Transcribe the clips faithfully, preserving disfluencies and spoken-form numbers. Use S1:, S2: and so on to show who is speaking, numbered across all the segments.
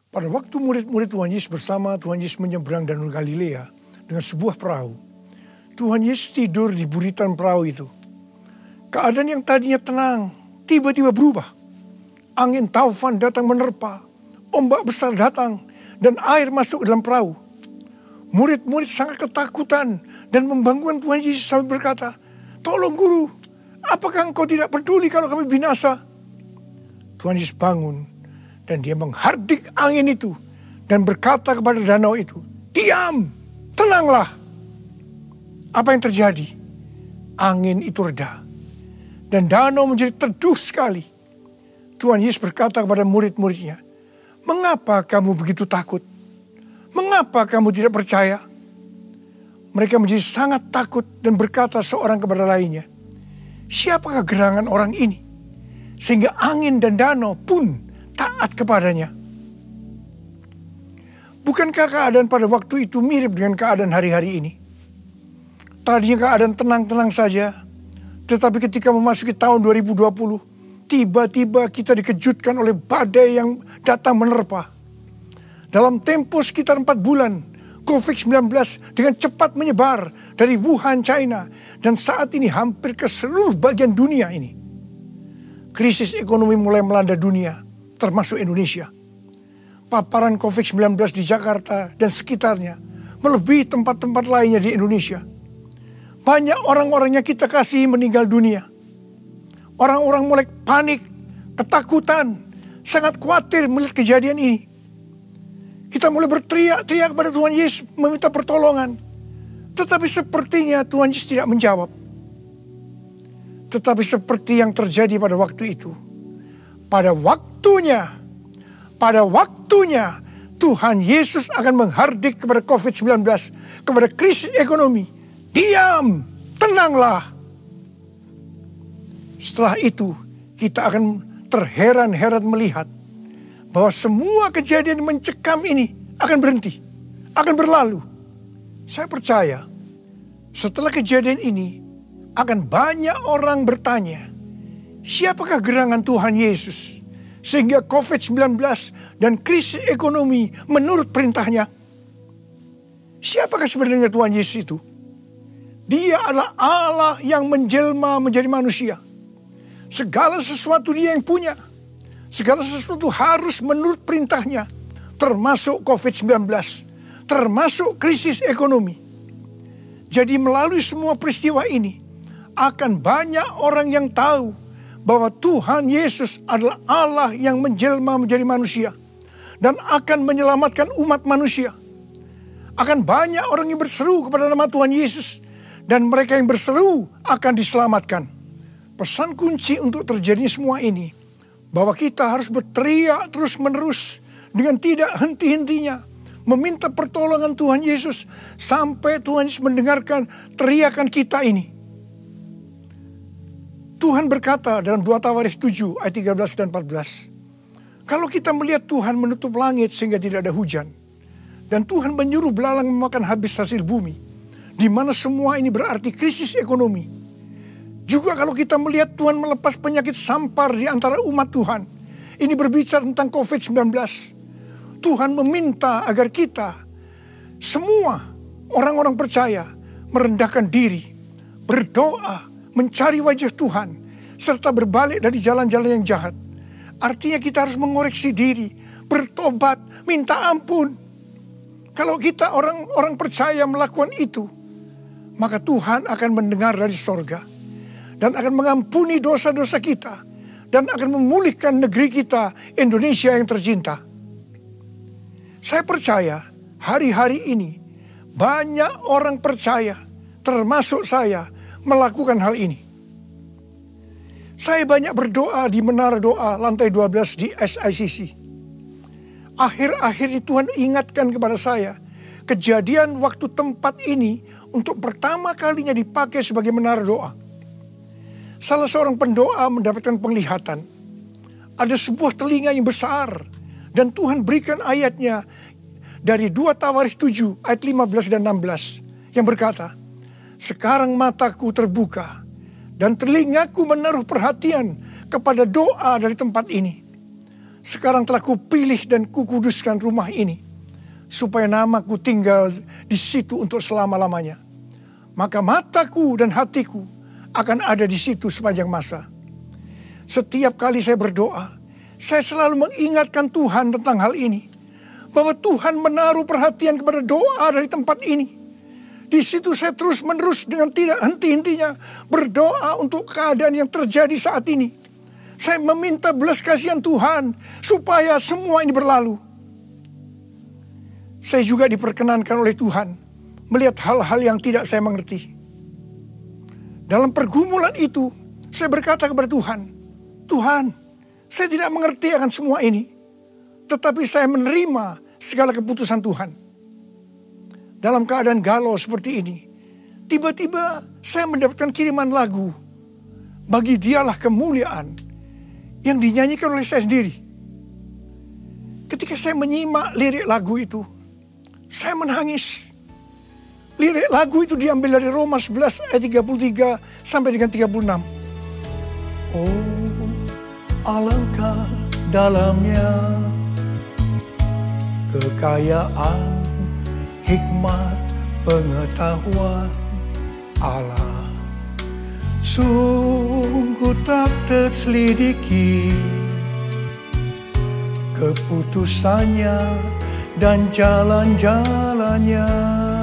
S1: Pada waktu murid-murid Tuhan Yesus bersama Tuhan Yesus menyeberang Danau Galilea dengan sebuah perahu, Tuhan Yesus tidur di buritan perahu itu. Keadaan yang tadinya tenang tiba-tiba berubah. Angin taufan datang menerpa, ombak besar datang, dan air masuk ke dalam perahu. Murid-murid sangat ketakutan dan membangunkan Tuhan Yesus sambil berkata, "Tolong guru, apakah engkau tidak peduli kalau kami binasa?" Tuhan Yesus bangun dan dia menghardik angin itu dan berkata kepada danau itu, "Diam, tenanglah." Apa yang terjadi? Angin itu reda dan danau menjadi teduh sekali. Tuhan Yesus berkata kepada murid-muridnya, "Mengapa kamu begitu takut? Mengapa kamu tidak percaya?" Mereka menjadi sangat takut dan berkata seorang kepada lainnya, "Siapakah gerangan orang ini sehingga angin dan danau pun taat kepadanya?" Bukankah keadaan pada waktu itu mirip dengan keadaan hari-hari ini? Tadinya keadaan tenang-tenang saja, tetapi ketika memasuki tahun dua ribu dua puluh, tiba-tiba kita dikejutkan oleh badai yang datang menerpa. Dalam tempo sekitar empat bulan, covid sembilan belas dengan cepat menyebar dari Wuhan, China, dan saat ini hampir ke seluruh bagian dunia ini. Krisis ekonomi mulai melanda dunia, termasuk Indonesia. Paparan covid sembilan belas di Jakarta dan sekitarnya melebihi tempat-tempat lainnya di Indonesia. Banyak orang-orang yang kita kasihi meninggal dunia. Orang-orang mulai panik, ketakutan, sangat khawatir melihat kejadian ini. Kita mulai berteriak-teriak kepada Tuhan Yesus meminta pertolongan. Tetapi sepertinya Tuhan Yesus tidak menjawab. Tetapi seperti yang terjadi pada waktu itu, pada waktunya, pada waktunya Tuhan Yesus akan menghardik kepada covid sembilan belas, kepada krisis ekonomi. "Diam, tenanglah." Setelah itu kita akan terheran-heran melihat bahwa semua kejadian mencekam ini akan berhenti, akan berlalu. Saya percaya setelah kejadian ini akan banyak orang bertanya, siapakah gerangan Tuhan Yesus sehingga covid sembilan belas dan krisis ekonomi menurut perintahnya? Siapakah sebenarnya Tuhan Yesus itu? Dia adalah Allah yang menjelma menjadi manusia. Segala sesuatu dia yang punya. Segala sesuatu harus menurut perintahnya. Termasuk covid sembilan belas. Termasuk krisis ekonomi. Jadi melalui semua peristiwa ini, akan banyak orang yang tahu bahwa Tuhan Yesus adalah Allah yang menjelma menjadi manusia. Dan akan menyelamatkan umat manusia. Akan banyak orang yang berseru kepada nama Tuhan Yesus. Dan mereka yang berseru akan diselamatkan. Pesan kunci untuk terjadinya semua ini, bahwa kita harus berteriak terus-menerus dengan tidak henti-hentinya, meminta pertolongan Tuhan Yesus sampai Tuhan Yesus mendengarkan teriakan kita ini. Tuhan berkata dalam dua Tawarikh tujuh ayat tiga belas dan empat belas, kalau kita melihat Tuhan menutup langit sehingga tidak ada hujan, dan Tuhan menyuruh belalang memakan habis hasil bumi, di mana semua ini berarti krisis ekonomi. Juga kalau kita melihat Tuhan melepas penyakit sampar di antara umat Tuhan. Ini berbicara tentang covid sembilan belas. Tuhan meminta agar kita, semua orang-orang percaya, merendahkan diri, berdoa, mencari wajah Tuhan, serta berbalik dari jalan-jalan yang jahat. Artinya kita harus mengoreksi diri, bertobat, minta ampun. Kalau kita orang-orang percaya melakukan itu, maka Tuhan akan mendengar dari sorga dan akan mengampuni dosa-dosa kita dan akan memulihkan negeri kita, Indonesia yang tercinta. Saya percaya hari-hari ini banyak orang percaya, termasuk saya, melakukan hal ini. Saya banyak berdoa di menara doa lantai dua belas di S I C C. Akhir-akhir ini Tuhan ingatkan kepada saya, kejadian waktu tempat ini untuk pertama kalinya dipakai sebagai menara doa. Salah seorang pendoa mendapatkan penglihatan. Ada sebuah telinga yang besar. Dan Tuhan berikan ayatnya dari dua Tawarikh tujuh ayat lima belas dan enam belas. Yang berkata, sekarang mataku terbuka dan telingaku menaruh perhatian kepada doa dari tempat ini. sekarang telah kupilih dan kukuduskan rumah ini, supaya namaku tinggal di situ untuk selama-lamanya. Maka mataku dan hatiku akan ada di situ sepanjang masa. Setiap kali saya berdoa, saya selalu mengingatkan Tuhan tentang hal ini. Bahwa Tuhan menaruh perhatian kepada doa dari tempat ini. Di situ saya terus menerus dengan tidak henti-hentinya berdoa untuk keadaan yang terjadi saat ini. Saya meminta belas kasihan Tuhan supaya semua ini berlalu. Saya juga diperkenankan oleh Tuhan melihat hal-hal yang tidak saya mengerti. Dalam pergumulan itu, saya berkata kepada Tuhan, Tuhan, saya tidak mengerti akan semua ini, tetapi saya menerima segala keputusan Tuhan. Dalam keadaan galau seperti ini, tiba-tiba saya mendapatkan kiriman lagu, Bagi Dialah Kemuliaan, yang dinyanyikan oleh saya sendiri. Ketika saya menyimak lirik lagu itu, saya menangis. Lirik lagu itu diambil dari Roma sebelas ayat tiga puluh tiga sampai dengan tiga puluh enam. Oh, alangkah dalamnya kekayaan hikmat pengetahuan Allah, sungguh tak terselidiki keputusannya dan jalan-jalannya.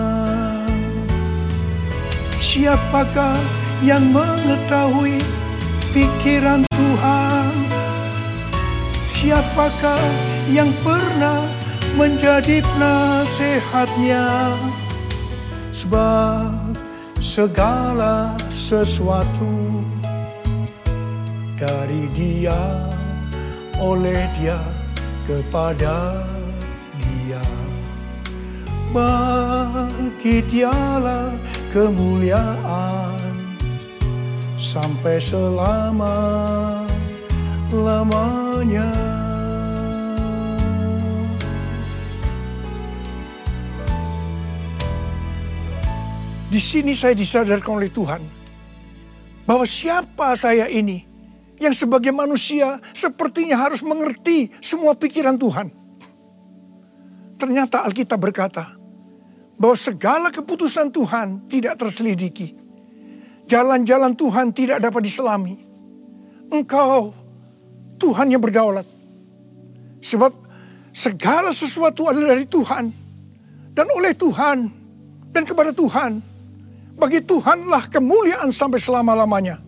S1: Siapakah yang mengetahui pikiran Tuhan? Siapakah yang pernah menjadi penasehatnya? Sebab segala sesuatu dari Dia, oleh Dia, kepada Dia. Bagi Dialah kemuliaan sampai selama-lamanya. Di sini saya disadarkan oleh Tuhan bahwa siapa saya ini yang sebagai manusia sepertinya harus mengerti semua pikiran Tuhan. Ternyata Alkitab berkata bahwa segala keputusan Tuhan tidak terselidiki. Jalan-jalan Tuhan tidak dapat diselami. Engkau Tuhan yang berdaulat. Sebab segala sesuatu adalah dari Tuhan dan oleh Tuhan dan kepada Tuhan. Bagi Tuhanlah kemuliaan sampai selama-lamanya.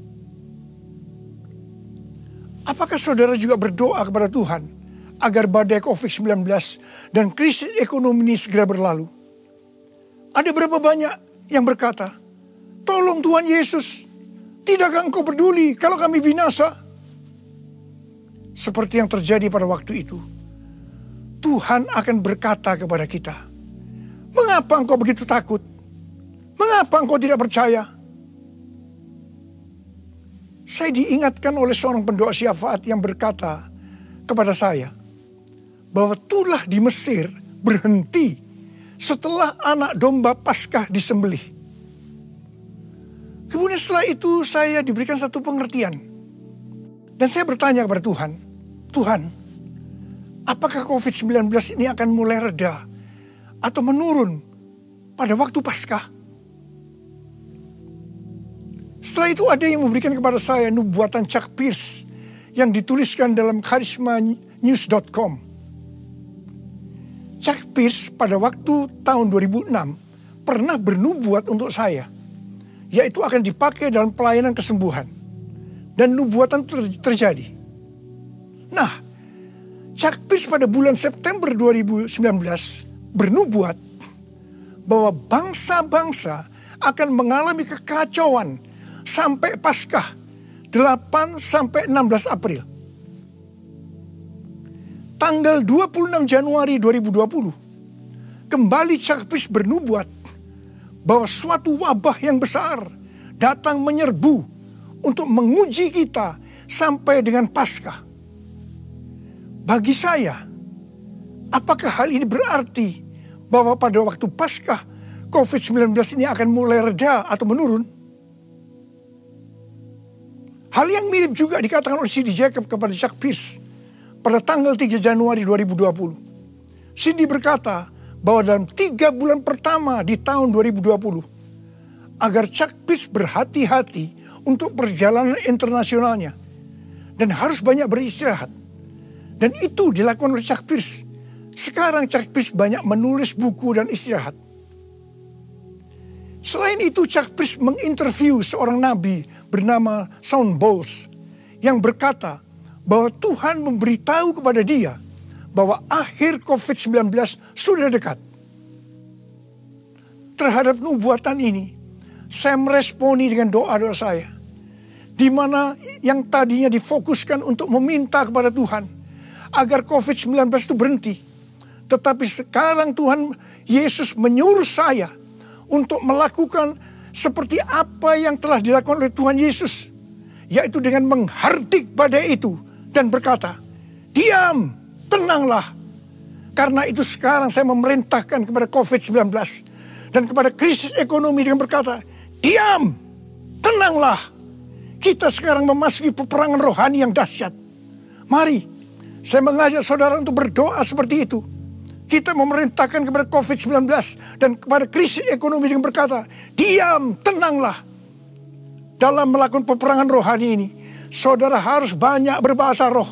S1: Apakah saudara juga berdoa kepada Tuhan agar badai covid sembilan belas dan krisis ekonomi ini segera berlalu? Ada berapa banyak yang berkata, tolong Tuhan Yesus, tidakkah Engkau peduli kalau kami binasa? Seperti yang terjadi pada waktu itu. Tuhan akan berkata kepada kita, mengapa engkau begitu takut? Mengapa engkau tidak percaya? Saya diingatkan oleh seorang pendoa syafaat yang berkata kepada saya bahwa tulah di Mesir berhenti setelah anak domba Paskah disembelih. Kemudian setelah itu saya diberikan satu pengertian. Dan saya bertanya kepada Tuhan, Tuhan, apakah covid sembilan belas ini akan mulai reda atau menurun pada waktu Paskah? Setelah itu ada yang memberikan kepada saya nubuatan Chuck Pierce yang dituliskan dalam karisma news dot com. Chuck Pierce pada waktu tahun dua ribu enam pernah bernubuat untuk saya, yaitu akan dipakai dalam pelayanan kesembuhan. Dan nubuatan ter- terjadi. Nah, Chuck Pierce pada bulan September dua ribu sembilan belas bernubuat bahwa bangsa-bangsa akan mengalami kekacauan sampai Paskah delapan sampai enam belas April. Tanggal dua puluh enam Januari dua ribu dua puluh, kembali Chuck Pierce bernubuat bahwa suatu wabah yang besar datang menyerbu untuk menguji kita sampai dengan Paskah. Bagi saya, apakah hal ini berarti bahwa pada waktu Paskah covid sembilan belas ini akan mulai reda atau menurun? Hal yang mirip juga dikatakan oleh C D Jacob kepada Chuck Pierce pada tanggal tiga Januari dua ribu dua puluh. Cindy berkata bahwa dalam tiga bulan pertama di tahun dua ribu dua puluh, agar Chuck Pierce berhati-hati untuk perjalanan internasionalnya dan harus banyak beristirahat. Dan itu dilakukan oleh Chuck Pierce. Sekarang Chuck Pierce banyak menulis buku dan istirahat. Selain itu, Chuck Pierce menginterview seorang nabi bernama Shawn Bolz yang berkata bahwa Tuhan memberitahu kepada dia bahwa akhir covid sembilan belas sudah dekat. Terhadap nubuatan ini, saya meresponi dengan doa-doa saya. Di mana yang tadinya difokuskan untuk meminta kepada Tuhan agar covid sembilan belas itu berhenti. Tetapi sekarang Tuhan Yesus menyuruh saya untuk melakukan seperti apa yang telah dilakukan oleh Tuhan Yesus. Yaitu dengan menghardik badai itu dan berkata, diam, tenanglah. Karena itu sekarang saya memerintahkan kepada covid sembilan belas dan kepada krisis ekonomi dengan berkata, diam, tenanglah. Kita sekarang memasuki peperangan rohani yang dahsyat. Mari, saya mengajak saudara untuk berdoa seperti itu. Kita memerintahkan kepada covid sembilan belas dan kepada krisis ekonomi dengan berkata, diam, tenanglah. Dalam melakukan peperangan rohani ini, saudara harus banyak berbahasa roh.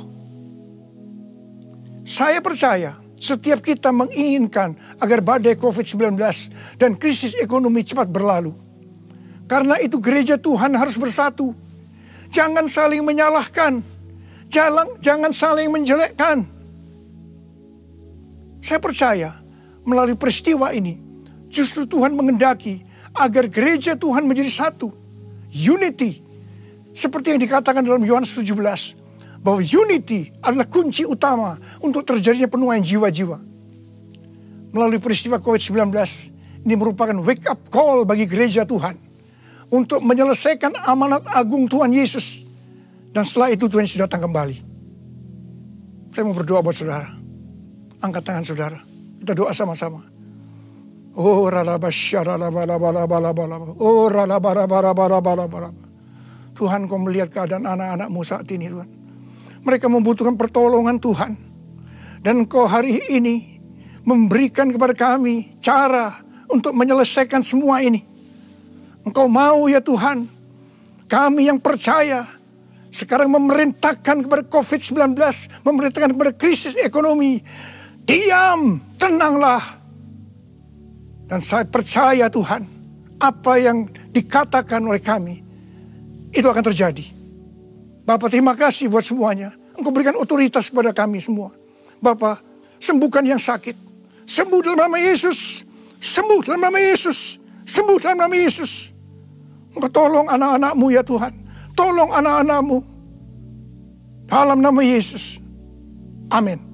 S1: Saya percaya setiap kita menginginkan agar badai covid sembilan belas dan krisis ekonomi cepat berlalu. Karena itu gereja Tuhan harus bersatu. Jangan saling menyalahkan. Jangan, jangan saling menjelekkan. Saya percaya melalui peristiwa ini justru Tuhan mengendaki agar gereja Tuhan menjadi satu. Unity. Seperti yang dikatakan dalam Yohanes tujuh belas. Bahwa unity adalah kunci utama untuk terjadinya penuaian jiwa-jiwa. Melalui peristiwa covid sembilan belas, ini merupakan wake up call bagi gereja Tuhan. Untuk menyelesaikan amanat agung Tuhan Yesus. Dan setelah itu Tuhan Yesus datang kembali. Saya mau berdoa buat saudara. Angkat tangan saudara. Kita doa sama-sama. Oh ralabasyaralabalabalabalabala. Oh ralabarabarabarabala. Tuhan, Kau melihat keadaan anak-anak-Mu saat ini, Tuhan. Mereka membutuhkan pertolongan Tuhan. Dan Kau hari ini memberikan kepada kami cara untuk menyelesaikan semua ini. Engkau mau ya Tuhan, kami yang percaya sekarang memerintahkan kepada covid sembilan belas, memerintahkan kepada krisis ekonomi, diam, tenanglah. Dan saya percaya Tuhan, apa yang dikatakan oleh kami, itu akan terjadi. Bapak, terima kasih buat semuanya. Engkau berikan otoritas kepada kami semua. Bapak, sembuhkan yang sakit. Sembuh dalam nama Yesus. Sembuh dalam nama Yesus. Sembuh dalam nama Yesus. Engkau tolong anak-anak-Mu ya Tuhan. Tolong anak-anak-Mu. Dalam nama Yesus. Amin.